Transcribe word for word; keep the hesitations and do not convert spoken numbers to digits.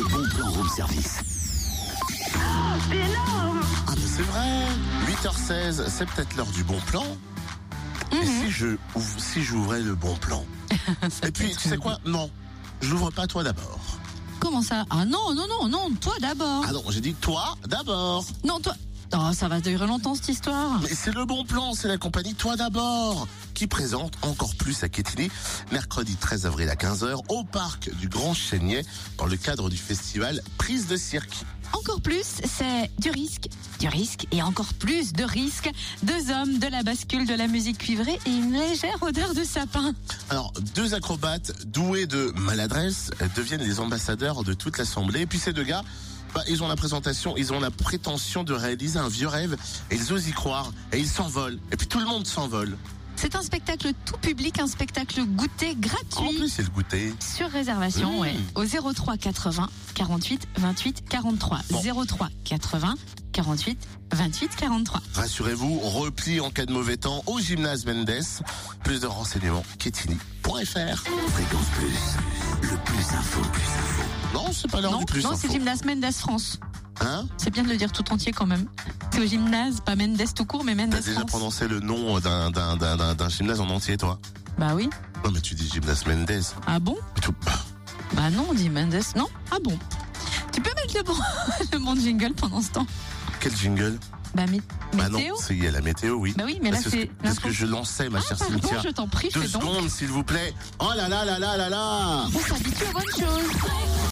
bon plan room service. C'est énorme. Ah ben c'est vrai. huit heures seize, c'est peut-être l'heure du bon plan. Mhm. Et si je ouvre- si j'ouvrais le bon plan. Ça Et peut puis être tu sais une quoi? Non, je l'ouvre pas toi d'abord. Comment ça? Ah non, non, non, non, toi d'abord. Ah non, j'ai dit toi d'abord. Non, toi. Oh, ça va durer longtemps cette histoire. Mais c'est le bon plan, c'est la compagnie Toi d'abord qui présente encore plus à Quetigny mercredi treize avril à quinze heures au parc du Grand Chénier dans le cadre du festival Prise de cirque. Encore plus, c'est du risque, du risque et encore plus de risque. Deux hommes, de la bascule, de la musique cuivrée et une légère odeur de sapin. Alors, deux acrobates doués de maladresse euh, deviennent les ambassadeurs de toute l'assemblée. Et puis ces deux gars, bah, ils ont la présentation, ils ont la prétention de réaliser un vieux rêve et ils osent y croire et ils s'envolent. Et puis tout le monde s'envole. C'est un spectacle tout public, un spectacle goûter En gratuit. plus, c'est le goûter. Sur réservation, Mmh. ouais. Au zéro trois quatre-vingts quarante-huit vingt-huit quarante-trois. Bon. zéro trois quatre-vingts quarante-huit vingt-huit quarante-trois. Rassurez-vous, repli en cas de mauvais temps au gymnase Mendes. Plus de renseignements, quetigny point f r. Fréquence Plus, le plus info, plus info. Non, c'est pas l'heure Non, du plus non, info. c'est Gymnase Mendes France. Hein? C'est bien de le dire tout entier quand même. C'est au gymnase, pas Mendes tout court, mais Mendes T'as déjà France. prononcé le nom d'un, d'un, d'un, d'un, d'un gymnase en entier, toi? Bah oui. Non, mais tu dis gymnase Mendes. Ah bon? Et tout- bah, Bah non, on dit Mendes. Non? Ah bon? Tu peux mettre le bon, le bon jingle pendant ce temps? quel jingle? Bah, mé- Bah non, météo? c'est il y a la météo, oui. Bah oui, mais là, c'est ce c'est que, c'est ce l'info. que je lançais, ma Ah, chère pardon, Cynthia. je t'en prie, Deux fais donc. secondes, s'il vous plaît. Oh là là là là là là! On s'habitue aux bonnes choses.